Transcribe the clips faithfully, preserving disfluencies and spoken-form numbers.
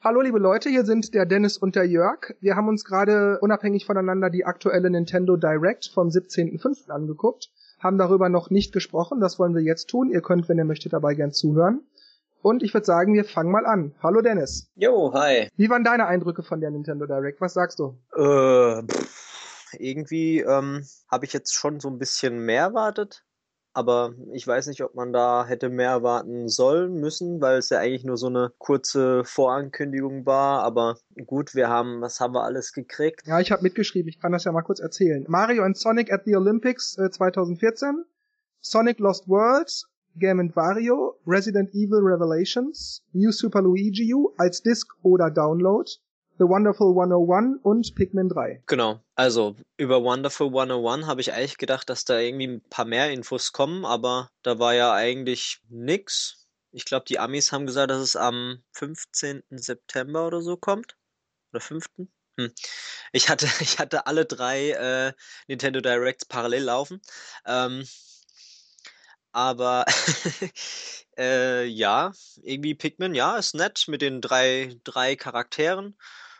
Hallo liebe Leute, hier sind der Dennis und der Jörg. Wir haben uns gerade unabhängig voneinander die aktuelle Nintendo Direct vom siebzehnten fünften angeguckt, haben darüber noch nicht gesprochen, das wollen wir jetzt tun. Ihr könnt, wenn ihr möchtet, dabei gern zuhören. Und ich würde sagen, wir fangen mal an. Hallo Dennis. Jo, hi. Wie waren deine Eindrücke von der Nintendo Direct? Was sagst du? Äh, pff, irgendwie ähm, habe ich jetzt schon so ein bisschen mehr erwartet. Aber ich weiß nicht, ob man da hätte mehr erwarten sollen müssen, weil es ja eigentlich nur so eine kurze Vorankündigung war. Aber gut, wir haben, was haben wir alles gekriegt? Ja, ich habe mitgeschrieben, ich kann das ja mal kurz erzählen. Mario and Sonic at the Olympics äh, zwanzig vierzehn, Sonic Lost World, Game and Wario, Resident Evil Revelations, New Super Luigi U als Disc oder Download, The Wonderful hunderteins und Pikmin drei. Genau, also über Wonderful hunderteins habe ich eigentlich gedacht, dass da irgendwie ein paar mehr Infos kommen, aber da war ja eigentlich nix. Ich glaube, die Amis haben gesagt, dass es am fünfzehnten September oder so kommt. Oder fünften Hm. Ich hatte, ich hatte alle drei äh, Nintendo Directs parallel laufen. Ähm, aber äh, ja, irgendwie Pikmin, ja, ist nett mit den drei, drei Charakteren.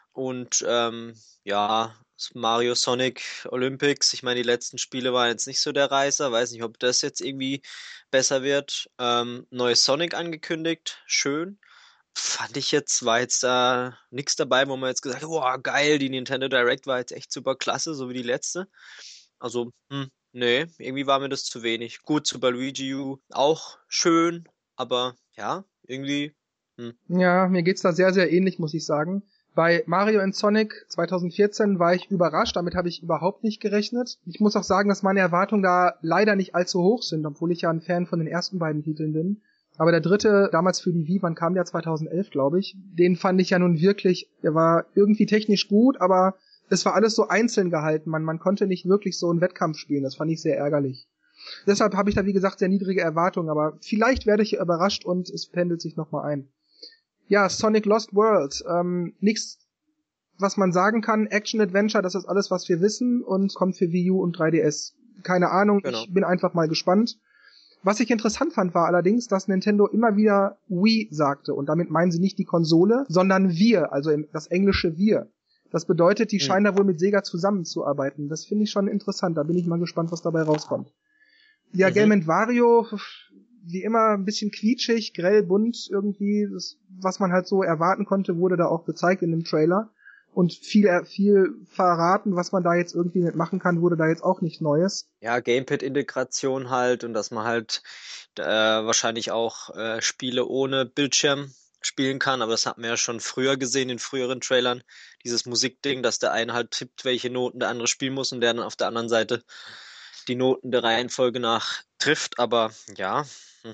Und ähm, ja, Mario Sonic Olympics, ich meine, die letzten Spiele waren jetzt nicht so der Reißer, weiß nicht, ob das jetzt irgendwie besser wird. Ähm, neues Sonic angekündigt, schön. Fand ich jetzt, war jetzt da nichts dabei, wo man jetzt gesagt hat, boah, geil, die Nintendo Direct war jetzt echt super klasse, so wie die letzte. Also, hm, nee, irgendwie war mir das zu wenig. Gut, Super Luigi U auch schön, aber ja, irgendwie, hm. Ja, mir geht's da sehr, sehr ähnlich, muss ich sagen. Bei Mario and Sonic zwanzig vierzehn war ich überrascht, damit habe ich überhaupt nicht gerechnet. Ich muss auch sagen, dass meine Erwartungen da leider nicht allzu hoch sind, obwohl ich ja ein Fan von den ersten beiden Titeln bin. Aber der dritte, damals für die Wii, wann kam der? zweitausendelf, glaube ich. Den fand ich ja nun wirklich, der war irgendwie technisch gut, aber es war alles so einzeln gehalten. Man, man konnte nicht wirklich so einen Wettkampf spielen. Das fand ich sehr ärgerlich. Deshalb habe ich da, wie gesagt, sehr niedrige Erwartungen, aber vielleicht werde ich überrascht und es pendelt sich nochmal ein. Ja, Sonic Lost World. Ähm, nichts, was man sagen kann. Action-Adventure, das ist alles, was wir wissen und kommt für Wii U und drei D S. Keine Ahnung, Genau. Ich bin einfach mal gespannt. Was ich interessant fand, war allerdings, dass Nintendo immer wieder Wii sagte. Und damit meinen sie nicht die Konsole, sondern wir, also das englische wir. Das bedeutet, die Hm. scheinen da wohl mit Sega zusammenzuarbeiten. Das finde ich schon interessant. Da bin ich mal gespannt, was dabei rauskommt. Ja, Mhm. Game and Wario, wie immer ein bisschen quietschig, grell, bunt irgendwie. Das, was man halt so erwarten konnte, wurde da auch gezeigt in dem Trailer. Und viel, viel verraten, was man da jetzt irgendwie mitmachen kann, wurde da jetzt auch nicht Neues. Ja, Gamepad-Integration halt und dass man halt äh, wahrscheinlich auch äh, Spiele ohne Bildschirm spielen kann, aber das hat man ja schon früher gesehen in früheren Trailern, dieses Musikding, dass der eine halt tippt, welche Noten der andere spielen muss und der dann auf der anderen Seite die Noten der Reihenfolge nach trifft, aber ja. Hm.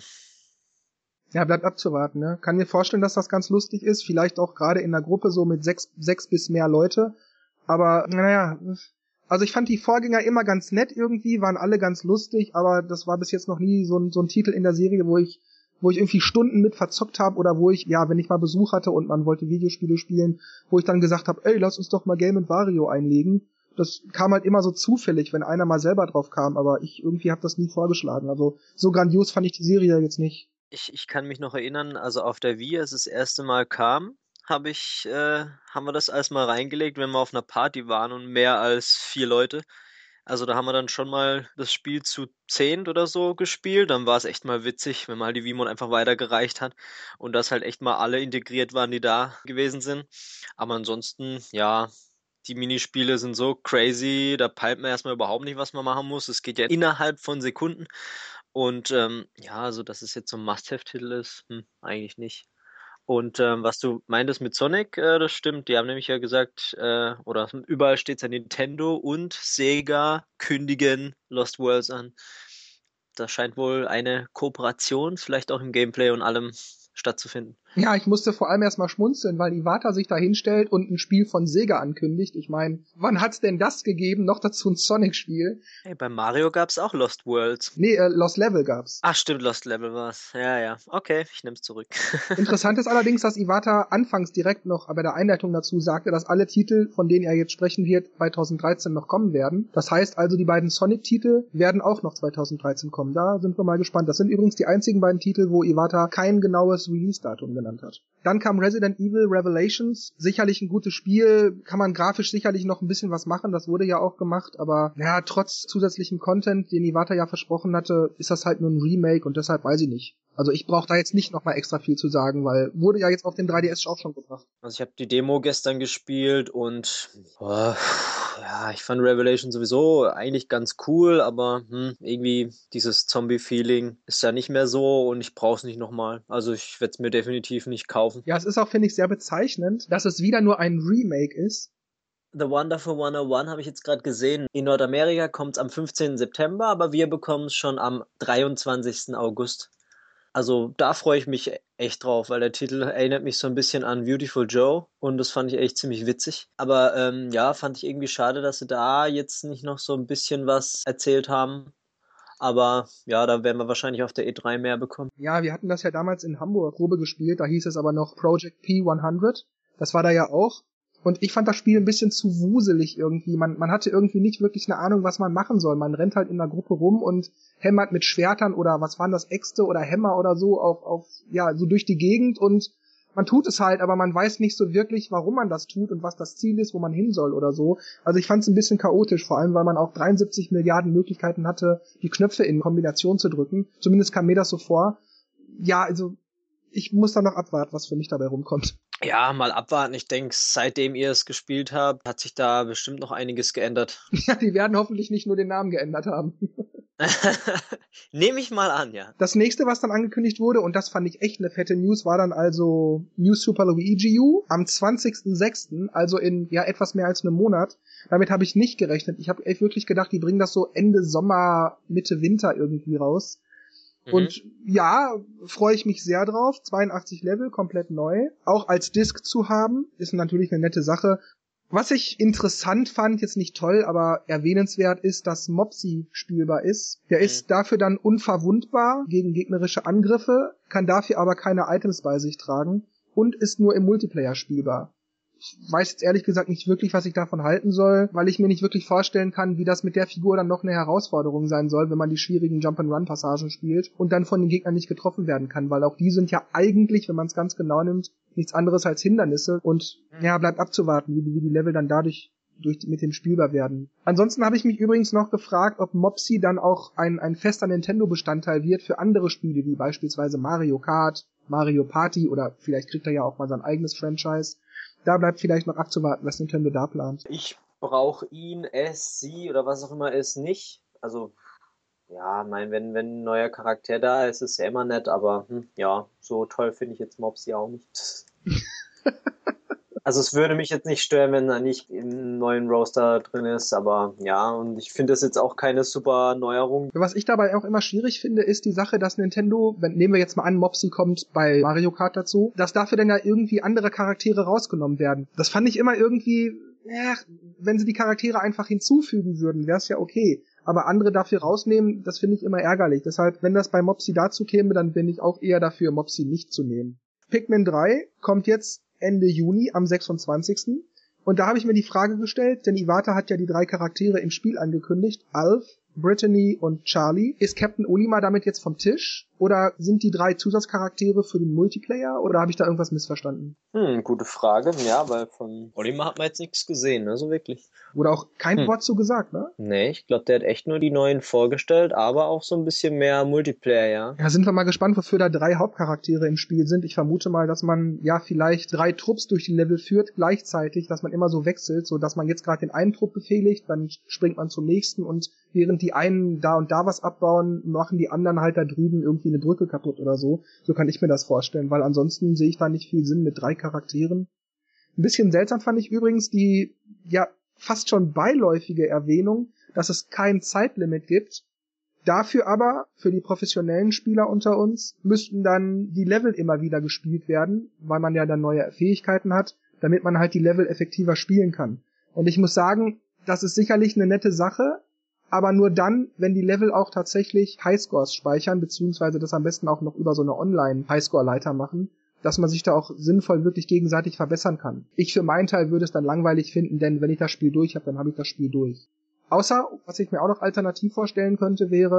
Ja, bleibt abzuwarten, ne? Kann mir vorstellen, dass das ganz lustig ist, vielleicht auch gerade in der Gruppe so mit sechs, sechs bis mehr Leute. Aber, naja, also ich fand die Vorgänger immer ganz nett irgendwie, waren alle ganz lustig, aber das war bis jetzt noch nie so ein, so ein Titel in der Serie, wo ich, wo ich irgendwie Stunden mit verzockt habe oder wo ich, ja, wenn ich mal Besuch hatte und man wollte Videospiele spielen, wo ich dann gesagt habe, ey, lass uns doch mal Game and Wario einlegen. Das kam halt immer so zufällig, wenn einer mal selber drauf kam, aber ich irgendwie habe das nie vorgeschlagen. Also so grandios fand ich die Serie jetzt nicht. Ich, ich kann mich noch erinnern, also auf der Wii, als es das erste Mal kam, habe ich, äh, haben wir das alles mal reingelegt, wenn wir auf einer Party waren und mehr als vier Leute. Also da haben wir dann schon mal das Spiel zu zehnt oder so gespielt. Dann war es echt mal witzig, wenn mal die Wiimote einfach weitergereicht hat und dass halt echt mal alle integriert waren, die da gewesen sind. Aber ansonsten, ja, die Minispiele sind so crazy, da peilt man erstmal überhaupt nicht, was man machen muss. Es geht ja innerhalb von Sekunden. Und ähm, ja, also dass es jetzt so ein Must-Have-Titel ist, hm, eigentlich nicht. Und ähm, was du meintest mit Sonic, äh, das stimmt. Die haben nämlich ja gesagt, äh, oder überall steht ja Nintendo und Sega kündigen Lost Worlds an. Da scheint wohl eine Kooperation, vielleicht auch im Gameplay und allem, stattzufinden. Ja, ich musste vor allem erstmal schmunzeln, weil Iwata sich da hinstellt und ein Spiel von Sega ankündigt. Ich meine, wann hat's denn das gegeben? Noch dazu ein Sonic-Spiel. Hey, bei Mario gab's auch Lost Worlds. Nee, äh, Lost Level gab's. Ach stimmt, Lost Level war's. Ja, ja. Okay, ich nehm's zurück. Interessant ist allerdings, dass Iwata anfangs direkt noch bei der Einleitung dazu sagte, dass alle Titel, von denen er jetzt sprechen wird, zwanzig dreizehn noch kommen werden. Das heißt also, die beiden Sonic-Titel werden auch noch zwanzig dreizehn kommen. Da sind wir mal gespannt. Das sind übrigens die einzigen beiden Titel, wo Iwata kein genaues Release-Datum genannt genannt hat. Dann kam Resident Evil Revelations, sicherlich ein gutes Spiel, kann man grafisch sicherlich noch ein bisschen was machen, das wurde ja auch gemacht, aber ja, trotz zusätzlichem Content, den Iwata ja versprochen hatte, ist das halt nur ein Remake und deshalb weiß ich nicht. Also ich brauche da jetzt nicht nochmal extra viel zu sagen, weil wurde ja jetzt auf dem drei D S auch schon gebracht. Also ich habe die Demo gestern gespielt und oh, ja, ich fand Revelation sowieso eigentlich ganz cool, aber hm, irgendwie dieses Zombie-Feeling ist ja nicht mehr so und ich brauche es nicht nochmal. Also ich werde es mir definitiv nicht kaufen. Ja, es ist auch, finde ich, sehr bezeichnend, dass es wieder nur ein Remake ist. The Wonderful hundertundeins habe ich jetzt gerade gesehen. In Nordamerika kommt es am fünfzehnten September, aber wir bekommen es schon am dreiundzwanzigsten August. Also da freue ich mich echt drauf, weil der Titel erinnert mich so ein bisschen an Beautiful Joe und das fand ich echt ziemlich witzig. Aber ähm, ja, fand ich irgendwie schade, dass sie da jetzt nicht noch so ein bisschen was erzählt haben. Aber ja, da werden wir wahrscheinlich auf der E drei mehr bekommen. Ja, wir hatten das ja damals in Hamburg Probe gespielt, da hieß es aber noch Project P hundert. Das war da ja auch. Und ich fand das Spiel ein bisschen zu wuselig irgendwie. Man, man hatte irgendwie nicht wirklich eine Ahnung, was man machen soll. Man rennt halt in einer Gruppe rum und hämmert mit Schwertern oder was waren das, Äxte oder Hämmer oder so auf, auf, ja, so durch die Gegend und man tut es halt, aber man weiß nicht so wirklich, warum man das tut und was das Ziel ist, wo man hin soll oder so. Also ich fand es ein bisschen chaotisch, vor allem, weil man auch dreiundsiebzig Milliarden Möglichkeiten hatte, die Knöpfe in Kombination zu drücken. Zumindest kam mir das so vor. Ja, also ich muss da noch abwarten, was für mich dabei rumkommt. Ja, mal abwarten. Ich denke, seitdem ihr es gespielt habt, hat sich da bestimmt noch einiges geändert. Ja, die werden hoffentlich nicht nur den Namen geändert haben. Nehme ich mal an, ja. Das nächste, was dann angekündigt wurde, und das fand ich echt eine fette News, war dann also New Super Luigi U am zwanzigsten sechsten, also in ja etwas mehr als einem Monat. Damit habe ich nicht gerechnet. Ich habe echt wirklich gedacht, die bringen das so Ende Sommer, Mitte Winter irgendwie raus. Mhm. Und ja, freue ich mich sehr drauf. zweiundachtzig Level, komplett neu. Auch als Disc zu haben, ist natürlich eine nette Sache. Was ich interessant fand, jetzt nicht toll, aber erwähnenswert ist, dass Mopsy spielbar ist. Der mhm. ist dafür dann unverwundbar gegen gegnerische Angriffe, kann dafür aber keine Items bei sich tragen und ist nur im Multiplayer spielbar. Ich weiß jetzt ehrlich gesagt nicht wirklich, was ich davon halten soll, weil ich mir nicht wirklich vorstellen kann, wie das mit der Figur dann noch eine Herausforderung sein soll, wenn man die schwierigen Jump-and-Run-Passagen spielt und dann von den Gegnern nicht getroffen werden kann, weil auch die sind ja eigentlich, wenn man es ganz genau nimmt, nichts anderes als Hindernisse und ja, bleibt abzuwarten, wie, wie die Level dann dadurch durch, mit dem spielbar werden. Ansonsten habe ich mich übrigens noch gefragt, ob Mopsy dann auch ein, ein fester Nintendo-Bestandteil wird für andere Spiele, wie beispielsweise Mario Kart, Mario Party oder vielleicht kriegt er ja auch mal sein eigenes Franchise. Da bleibt vielleicht noch abzuwarten, was Nintendo da plant. Ich brauche ihn, es, sie oder was auch immer ist nicht. Also, ja, mein, wenn, wenn ein neuer Charakter da ist, ist ja immer nett, aber hm, ja, so toll finde ich jetzt Mopsy auch nicht. Also es würde mich jetzt nicht stören, wenn er nicht im neuen Roster drin ist, aber ja, und ich finde das jetzt auch keine super Neuerung. Was ich dabei auch immer schwierig finde, ist die Sache, dass Nintendo, wenn, nehmen wir jetzt mal an, Mopsy kommt bei Mario Kart dazu, dass dafür dann ja irgendwie andere Charaktere rausgenommen werden. Das fand ich immer irgendwie, ja, wenn sie die Charaktere einfach hinzufügen würden, wäre es ja okay. Aber andere dafür rausnehmen, das finde ich immer ärgerlich. Deshalb, wenn das bei Mopsy dazu käme, dann bin ich auch eher dafür, Mopsy nicht zu nehmen. Pikmin drei kommt jetzt Ende Juni am sechsundzwanzigsten Und da habe ich mir die Frage gestellt, denn Iwata hat ja die drei Charaktere im Spiel angekündigt, Alf, Brittany und Charlie. Ist Captain Olimar damit jetzt vom Tisch? Oder sind die drei Zusatzcharaktere für den Multiplayer? Oder habe ich da irgendwas missverstanden? Hm, gute Frage. Ja, weil von Olimar hat man jetzt nichts gesehen, ne, so wirklich. Wurde auch kein hm. Wort zu gesagt, ne? Nee, ich glaube, der hat echt nur die neuen vorgestellt, aber auch so ein bisschen mehr Multiplayer, ja. Ja, sind wir mal gespannt, wofür da drei Hauptcharaktere im Spiel sind. Ich vermute mal, dass man ja vielleicht drei Trupps durch die Level führt, gleichzeitig, dass man immer so wechselt, so dass man jetzt gerade den einen Trupp befehligt, dann springt man zum nächsten und während die einen da und da was abbauen, machen die anderen halt da drüben irgendwie eine Brücke kaputt oder so. So kann ich mir das vorstellen, weil ansonsten sehe ich da nicht viel Sinn mit drei Charakteren. Ein bisschen seltsam fand ich übrigens die, ja, fast schon beiläufige Erwähnung, dass es kein Zeitlimit gibt. Dafür aber, für die professionellen Spieler unter uns, müssten dann die Level immer wieder gespielt werden, weil man ja dann neue Fähigkeiten hat, damit man halt die Level effektiver spielen kann. Und ich muss sagen, das ist sicherlich eine nette Sache, aber nur dann, wenn die Level auch tatsächlich Highscores speichern, beziehungsweise das am besten auch noch über so eine Online-Highscore-Leiter machen, dass man sich da auch sinnvoll wirklich gegenseitig verbessern kann. Ich für meinen Teil würde es dann langweilig finden, denn wenn ich das Spiel durch habe, dann habe ich das Spiel durch. Außer, was ich mir auch noch alternativ vorstellen könnte, wäre,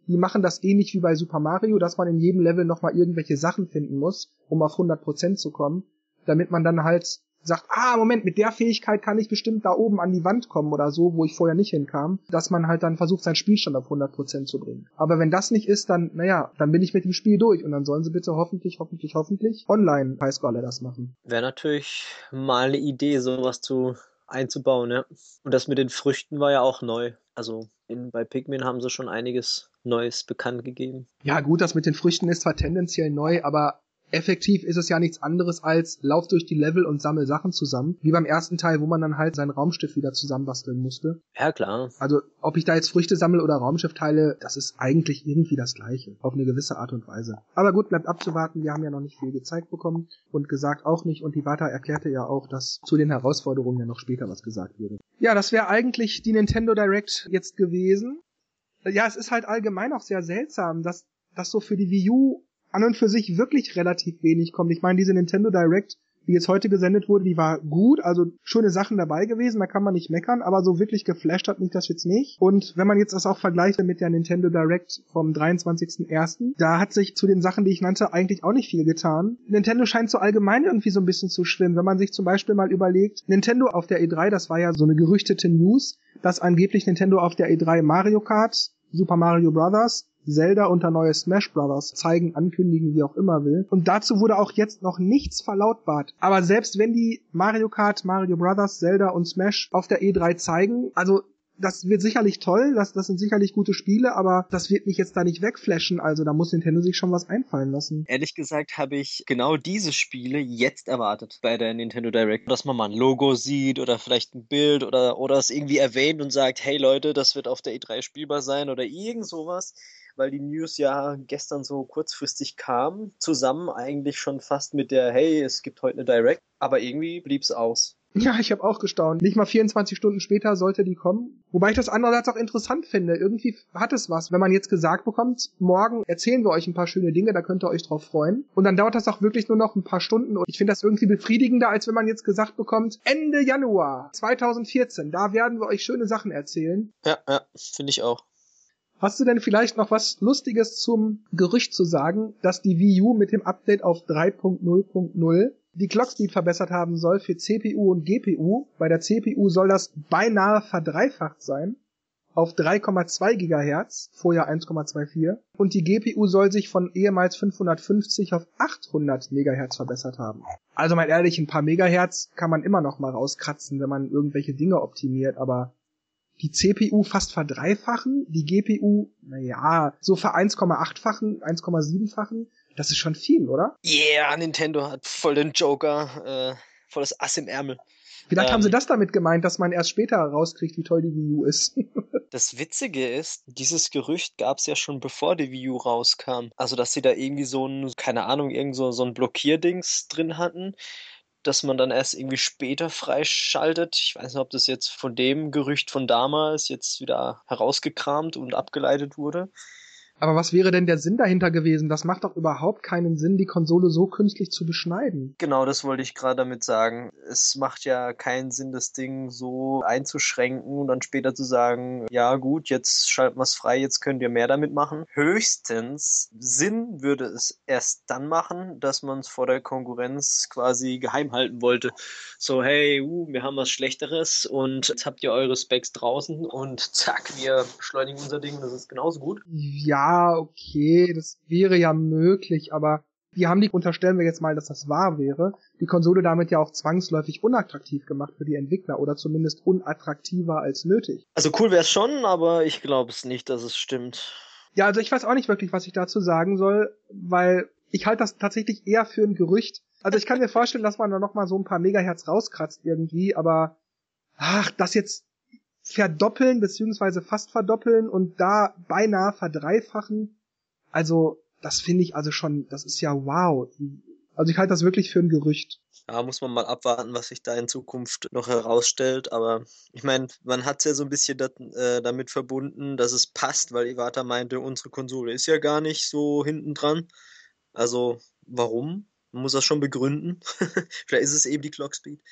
die machen das ähnlich wie bei Super Mario, dass man in jedem Level nochmal irgendwelche Sachen finden muss, um auf hundert Prozent zu kommen, damit man dann halt sagt, ah, Moment, mit der Fähigkeit kann ich bestimmt da oben an die Wand kommen oder so, wo ich vorher nicht hinkam, dass man halt dann versucht, seinen Spielstand auf hundert Prozent zu bringen. Aber wenn das nicht ist, dann, naja, dann bin ich mit dem Spiel durch und dann sollen sie bitte hoffentlich, hoffentlich, hoffentlich online Highscore das machen. Wäre natürlich mal eine Idee, sowas zu einzubauen, ja. Und das mit den Früchten war ja auch neu. Also in, bei Pikmin haben sie schon einiges Neues bekannt gegeben. Ja gut, das mit den Früchten ist zwar tendenziell neu, aber effektiv ist es ja nichts anderes als lauf durch die Level und sammel Sachen zusammen. Wie beim ersten Teil, wo man dann halt sein Raumschiff wieder zusammenbasteln musste. Ja, klar. Also, ob ich da jetzt Früchte sammle oder Raumschiff teile, das ist eigentlich irgendwie das Gleiche. Auf eine gewisse Art und Weise. Aber gut, bleibt abzuwarten. Wir haben ja noch nicht viel gezeigt bekommen und gesagt auch nicht. Und Iwata erklärte ja auch, dass zu den Herausforderungen ja noch später was gesagt würde. Ja, das wäre eigentlich die Nintendo Direct jetzt gewesen. Ja, es ist halt allgemein auch sehr seltsam, dass das so für die Wii U an und für sich wirklich relativ wenig kommt. Ich meine, diese Nintendo Direct, die jetzt heute gesendet wurde, die war gut, also schöne Sachen dabei gewesen, da kann man nicht meckern, aber so wirklich geflasht hat mich das jetzt nicht. Und wenn man jetzt das auch vergleicht mit der Nintendo Direct vom dreiundzwanzigsten ersten, da hat sich zu den Sachen, die ich nannte, eigentlich auch nicht viel getan. Nintendo scheint so allgemein irgendwie so ein bisschen zu schwimmen. Wenn man sich zum Beispiel mal überlegt, Nintendo auf der E drei, das war ja so eine gerüchtete News, dass angeblich Nintendo auf der E drei Mario Kart, Super Mario Bros., Zelda und der neue Smash Bros. Zeigen, ankündigen, wie auch immer will. Und dazu wurde auch jetzt noch nichts verlautbart. Aber selbst wenn die Mario Kart, Mario Bros., Zelda und Smash auf der E drei zeigen, also das wird sicherlich toll, das, das sind sicherlich gute Spiele, aber das wird mich jetzt da nicht wegflashen, also da muss Nintendo sich schon was einfallen lassen. Ehrlich gesagt habe ich genau diese Spiele jetzt erwartet bei der Nintendo Direct, dass man mal ein Logo sieht oder vielleicht ein Bild oder, oder es irgendwie erwähnt und sagt, hey Leute, das wird auf der E drei spielbar sein oder irgend sowas, weil die News ja gestern so kurzfristig kam, zusammen eigentlich schon fast mit der, hey, es gibt heute eine Direct, aber irgendwie blieb's aus. Ja, ich habe auch gestaunt. Nicht mal vierundzwanzig Stunden später sollte die kommen. Wobei ich das andererseits auch interessant finde. Irgendwie hat es was, wenn man jetzt gesagt bekommt, morgen erzählen wir euch ein paar schöne Dinge, da könnt ihr euch drauf freuen. Und dann dauert das auch wirklich nur noch ein paar Stunden. Und ich finde das irgendwie befriedigender, als wenn man jetzt gesagt bekommt, Ende Januar zweitausendvierzehn, da werden wir euch schöne Sachen erzählen. Ja, ja, finde ich auch. Hast du denn vielleicht noch was Lustiges zum Gerücht zu sagen, dass die Wii U mit dem Update auf drei Punkt null Punkt null die Clockspeed verbessert haben soll für C P U und G P U? Bei der C P U soll das beinahe verdreifacht sein auf drei Komma zwei Gigahertz, vorher eins Komma vierundzwanzig. Und die G P U soll sich von ehemals fünfhundertfünfzig auf achthundert Megahertz verbessert haben. Also mal ehrlich, ein paar Megahertz kann man immer noch mal rauskratzen, wenn man irgendwelche Dinge optimiert, aber die C P U fast verdreifachen, die G P U, naja, so ver eins Komma acht-fachen, eins Komma sieben-fachen, das ist schon viel, oder? Yeah, Nintendo hat voll den Joker, äh, voll das Ass im Ärmel. Vielleicht ähm, haben sie das damit gemeint, dass man erst später rauskriegt, wie toll die Wii U ist. Das Witzige ist, dieses Gerücht gab es ja schon bevor die Wii U rauskam. Also, dass sie da irgendwie so ein, keine Ahnung, irgend so, so ein Blockierdings drin hatten, dass man dann erst irgendwie später freischaltet. Ich weiß nicht, ob das jetzt von dem Gerücht von damals jetzt wieder herausgekramt und abgeleitet wurde. Aber was wäre denn der Sinn dahinter gewesen? Das macht doch überhaupt keinen Sinn, die Konsole so künstlich zu beschneiden. Genau, das wollte ich gerade damit sagen. Es macht ja keinen Sinn, das Ding so einzuschränken und dann später zu sagen, ja gut, jetzt schalten wir es frei, jetzt könnt ihr mehr damit machen. Höchstens Sinn würde es erst dann machen, dass man es vor der Konkurrenz quasi geheim halten wollte. So, hey, uh, wir haben was Schlechteres und jetzt habt ihr eure Specs draußen und zack, wir beschleunigen unser Ding und das ist genauso gut. Ja, okay, das wäre ja möglich, aber die haben die, unterstellen wir jetzt mal, dass das wahr wäre, die Konsole damit ja auch zwangsläufig unattraktiv gemacht für die Entwickler oder zumindest unattraktiver als nötig. Also cool wäre es schon, aber ich glaube es nicht, dass es stimmt. Ja, also ich weiß auch nicht wirklich, was ich dazu sagen soll, weil ich halte das tatsächlich eher für ein Gerücht. Also ich kann mir vorstellen, dass man da noch mal so ein paar Megahertz rauskratzt irgendwie, aber ach, das jetzt verdoppeln beziehungsweise fast verdoppeln und da beinahe verdreifachen, also das finde ich also schon, das ist ja wow. Also ich halte das wirklich für ein Gerücht. Ja, muss man mal abwarten, was sich da in Zukunft noch herausstellt, aber ich meine, man hat es ja so ein bisschen dat, äh, damit verbunden, dass es passt, weil Iwata meinte, unsere Konsole ist ja gar nicht so hinten dran. Also warum? Man muss das schon begründen. Vielleicht ist es eben die Clockspeed.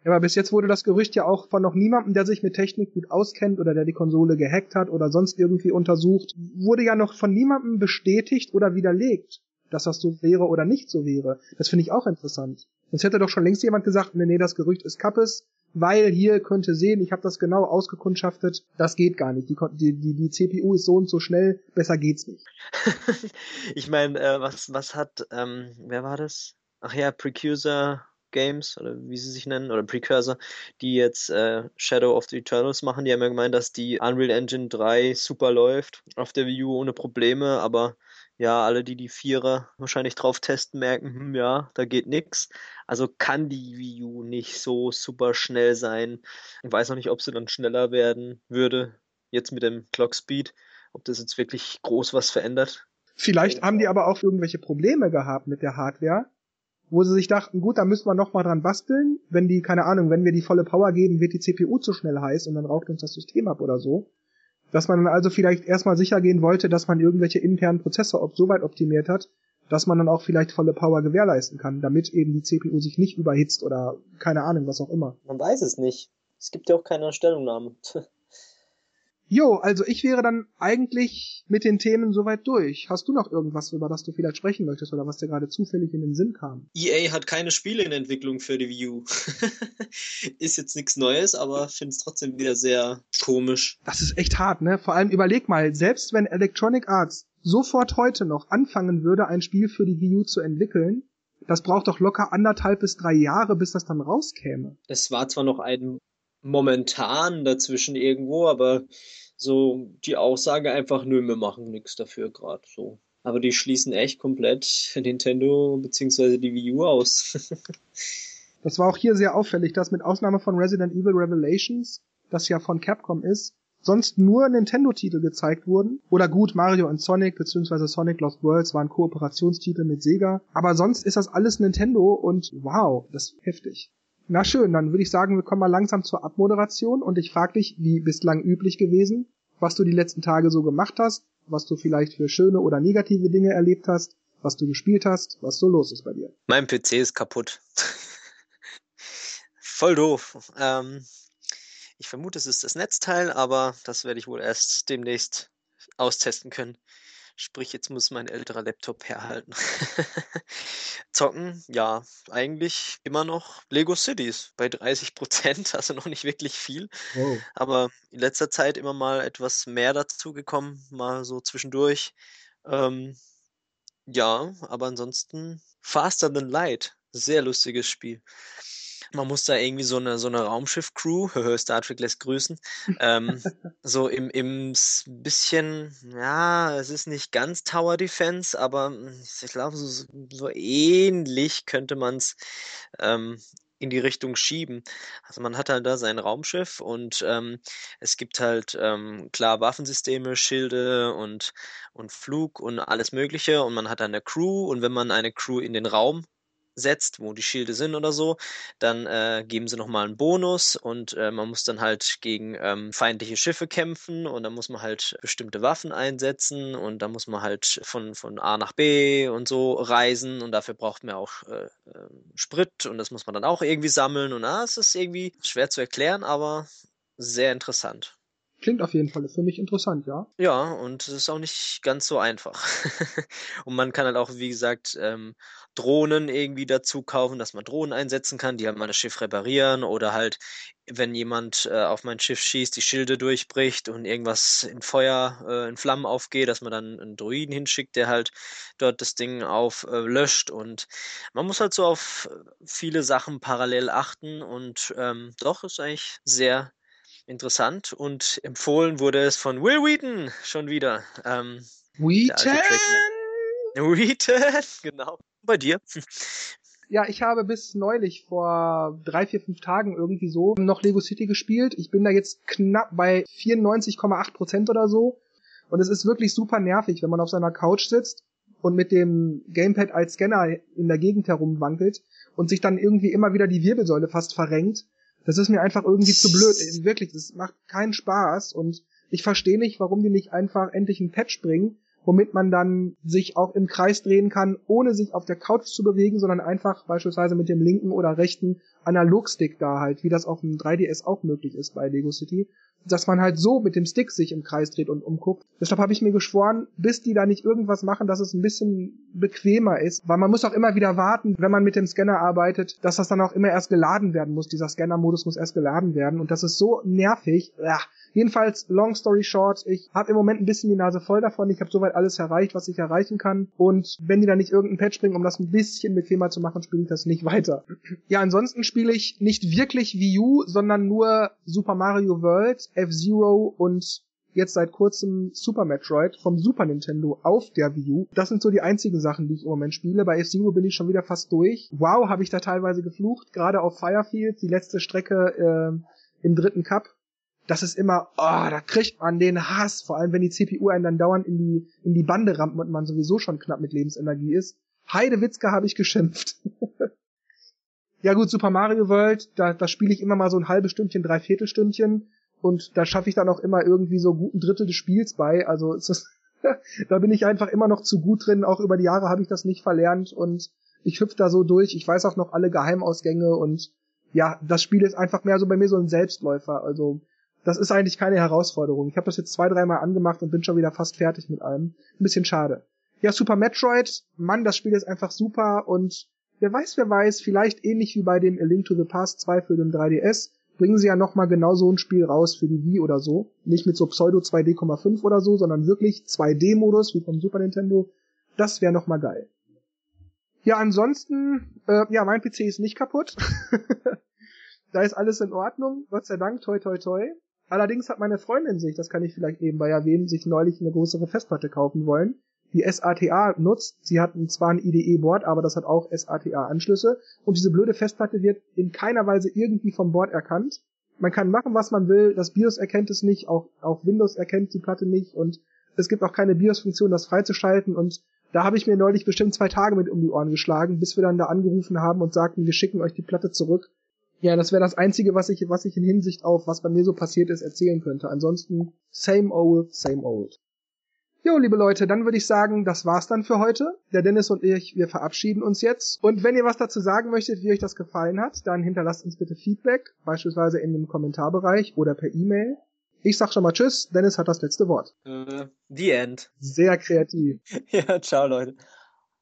Ja, aber bis jetzt wurde das Gerücht ja auch von noch niemandem, der sich mit Technik gut auskennt oder der die Konsole gehackt hat oder sonst irgendwie untersucht, wurde ja noch von niemandem bestätigt oder widerlegt, dass das so wäre oder nicht so wäre. Das finde ich auch interessant. Sonst hätte doch schon längst jemand gesagt, nee, nee, das Gerücht ist Kappes, weil hier könnt ihr sehen, ich habe das genau ausgekundschaftet, das geht gar nicht. Die, die, die, die C P U ist so und so schnell, besser geht's nicht. Ich meine, äh, was, was hat, ähm, wer war das? Ach ja, Precursor Games, oder wie sie sich nennen, oder Precursor, die jetzt äh, Shadow of the Eternals machen. Die haben ja gemeint, dass die Unreal Engine drei super läuft auf der Wii U ohne Probleme, aber ja, alle, die die Vierer wahrscheinlich drauf testen, merken, hm, ja, da geht nix. Also kann die Wii U nicht so super schnell sein. Ich weiß noch nicht, ob sie dann schneller werden würde, jetzt mit dem Clock Speed, ob das jetzt wirklich groß was verändert. Vielleicht haben die aber auch irgendwelche Probleme gehabt mit der Hardware, wo sie sich dachten, gut, da müssen wir noch mal dran basteln. Wenn die, keine Ahnung, wenn wir die volle Power geben, wird die C P U zu schnell heiß und dann raucht uns das System ab oder so. Dass man dann also vielleicht erstmal sicher gehen wollte, dass man irgendwelche internen Prozesse so weit optimiert hat, dass man dann auch vielleicht volle Power gewährleisten kann, damit eben die C P U sich nicht überhitzt oder keine Ahnung, was auch immer. Man weiß es nicht. Es gibt ja auch keine Stellungnahme. Jo, also ich wäre dann eigentlich mit den Themen soweit durch. Hast du noch irgendwas, über das du vielleicht sprechen möchtest oder was dir gerade zufällig in den Sinn kam? E A hat keine Spiele in Entwicklung für die Wii U. Ist jetzt nichts Neues, aber finde es trotzdem wieder sehr komisch. Das ist echt hart, ne? Vor allem überleg mal, selbst wenn Electronic Arts sofort heute noch anfangen würde, ein Spiel für die Wii U zu entwickeln, das braucht doch locker anderthalb bis drei Jahre, bis das dann rauskäme. Es war zwar noch ein momentan dazwischen irgendwo, aber so die Aussage einfach, nö, wir machen nichts dafür gerade so. Aber die schließen echt komplett Nintendo bzw. die Wii U aus. Das war auch hier sehr auffällig, dass mit Ausnahme von Resident Evil Revelations, das ja von Capcom ist, sonst nur Nintendo-Titel gezeigt wurden. Oder gut, Mario und Sonic bzw. Sonic Lost Worlds waren Kooperationstitel mit Sega. Aber sonst ist das alles Nintendo und wow, das ist heftig. Na schön, dann würde ich sagen, wir kommen mal langsam zur Abmoderation und ich frage dich, wie bislang üblich gewesen, was du die letzten Tage so gemacht hast, was du vielleicht für schöne oder negative Dinge erlebt hast, was du gespielt hast, was so los ist bei dir. Mein P C ist kaputt. Voll doof. Ähm, ich vermute, es ist das Netzteil, aber das werde ich wohl erst demnächst austesten können. Sprich, jetzt muss mein älterer Laptop herhalten. Zocken, ja, eigentlich immer noch Lego Cities bei dreißig Prozent, also noch nicht wirklich viel. Wow. Aber in letzter Zeit immer mal etwas mehr dazu gekommen, mal so zwischendurch. Ähm, ja, aber ansonsten Faster Than Light, sehr lustiges Spiel. Man muss da irgendwie so eine so eine Raumschiff-Crew, Star Trek lässt grüßen, ähm, so im im s- bisschen, ja, es ist nicht ganz Tower Defense, aber mm, ich glaube, so, so ähnlich könnte man es ähm, in die Richtung schieben. Also man hat halt da sein Raumschiff und ähm, es gibt halt ähm, klar Waffensysteme, Schilde und, und Flug und alles Mögliche und man hat dann eine Crew und wenn man eine Crew in den Raum setzt, wo die Schilde sind oder so, dann äh, geben sie nochmal einen Bonus und äh, man muss dann halt gegen ähm, feindliche Schiffe kämpfen und dann muss man halt bestimmte Waffen einsetzen und dann muss man halt von, von A nach B und so reisen und dafür braucht man auch äh, äh, Sprit und das muss man dann auch irgendwie sammeln und ah, es ist irgendwie schwer zu erklären, aber sehr interessant. Klingt auf jeden Fall für mich interessant, ja. Ja, und es ist auch nicht ganz so einfach. Und man kann halt auch, wie gesagt, ähm, Drohnen irgendwie dazu kaufen, dass man Drohnen einsetzen kann, die halt mal das Schiff reparieren oder halt, wenn jemand äh, auf mein Schiff schießt, die Schilde durchbricht und irgendwas in Feuer, äh, in Flammen aufgeht, dass man dann einen Droiden hinschickt, der halt dort das Ding auf äh, löscht und man muss halt so auf viele Sachen parallel achten und ähm, doch ist eigentlich sehr interessant und empfohlen wurde es von Will Wheaton schon wieder. Ähm, der alte Wheaton! Wheaton, genau. Bei dir? Ja, ich habe bis neulich vor drei, vier, fünf Tagen irgendwie so noch Lego City gespielt. Ich bin da jetzt knapp bei vierundneunzig Komma acht Prozent oder so. Und es ist wirklich super nervig, wenn man auf seiner Couch sitzt und mit dem Gamepad als Scanner in der Gegend herumwankelt und sich dann irgendwie immer wieder die Wirbelsäule fast verrenkt. Das ist mir einfach irgendwie zu blöd. Wirklich, das macht keinen Spaß und ich verstehe nicht, warum die nicht einfach endlich ein Patch bringen womit man dann sich auch im Kreis drehen kann, ohne sich auf der Couch zu bewegen, sondern einfach beispielsweise mit dem linken oder rechten Analogstick da halt, wie das auf dem drei D S auch möglich ist bei Lego City, dass man halt so mit dem Stick sich im Kreis dreht und umguckt. Deshalb habe ich mir geschworen, bis die da nicht irgendwas machen, dass es ein bisschen bequemer ist, weil man muss auch immer wieder warten, wenn man mit dem Scanner arbeitet, dass das dann auch immer erst geladen werden muss. Dieser Scanner-Modus muss erst geladen werden und das ist so nervig. Ja. Jedenfalls, long story short, ich habe im Moment ein bisschen die Nase voll davon. Ich habe soweit alles erreicht, was ich erreichen kann. Und wenn die da nicht irgendein Patch bringen, um das ein bisschen bequemer zu machen, spiele ich das nicht weiter. Ja, ansonsten spiele ich nicht wirklich Wii U, sondern nur Super Mario World, F-Zero und jetzt seit kurzem Super Metroid vom Super Nintendo auf der Wii U. Das sind so die einzigen Sachen, die ich im Moment spiele. Bei F-Zero bin ich schon wieder fast durch. Wow, habe ich da teilweise geflucht. Gerade auf Firefield, die letzte Strecke äh, im dritten Cup. Das ist immer, oh, da kriegt man den Hass, vor allem wenn die C P U einen dann dauernd in die in die Bande rammt und man sowieso schon knapp mit Lebensenergie ist. Heidewitzka habe ich geschimpft. Ja gut, Super Mario World, da, da spiele ich immer mal so ein halbes Stündchen, dreiviertel Stündchen und da schaffe ich dann auch immer irgendwie so guten Drittel des Spiels bei. Also es ist, da bin ich einfach immer noch zu gut drin, auch über die Jahre habe ich das nicht verlernt und ich hüpfe da so durch. Ich weiß auch noch alle Geheimausgänge und ja, das Spiel ist einfach mehr so bei mir so ein Selbstläufer, also das ist eigentlich keine Herausforderung. Ich habe das jetzt zwei, dreimal angemacht und bin schon wieder fast fertig mit allem. Ein bisschen schade. Ja, Super Metroid, Mann, das Spiel ist einfach super und wer weiß, wer weiß, vielleicht ähnlich wie bei dem A Link to the Past zwei für den drei D S, bringen sie ja nochmal genau so ein Spiel raus für die Wii oder so. Nicht mit so Pseudo zwei D Komma fünf oder so, sondern wirklich zwei D-Modus wie vom Super Nintendo. Das wäre nochmal geil. Ja, ansonsten, äh, ja, mein P C ist nicht kaputt. Da ist alles in Ordnung. Gott sei Dank, toi toi toi. Allerdings hat meine Freundin sich, das kann ich vielleicht nebenbei erwähnen, sich neulich eine größere Festplatte kaufen wollen, die S A T A nutzt. Sie hat zwar ein I D E-Board, aber das hat auch S A T A-Anschlüsse. Und diese blöde Festplatte wird in keiner Weise irgendwie vom Board erkannt. Man kann machen, was man will. Das BIOS erkennt es nicht, auch, auch Windows erkennt die Platte nicht. Und es gibt auch keine BIOS-Funktion, das freizuschalten. Und da habe ich mir neulich bestimmt zwei Tage mit um die Ohren geschlagen, bis wir dann da angerufen haben und sagten, wir schicken euch die Platte zurück. Ja, das wäre das Einzige, was ich, was ich in Hinsicht auf, was bei mir so passiert ist, erzählen könnte. Ansonsten, same old, same old. Jo, liebe Leute, dann würde ich sagen, das war's dann für heute. Der Dennis und ich, wir verabschieden uns jetzt. Und wenn ihr was dazu sagen möchtet, wie euch das gefallen hat, dann hinterlasst uns bitte Feedback, beispielsweise in dem Kommentarbereich oder per E-Mail. Ich sag schon mal Tschüss, Dennis hat das letzte Wort. Uh, the end. Sehr kreativ. Ja, ciao, Leute.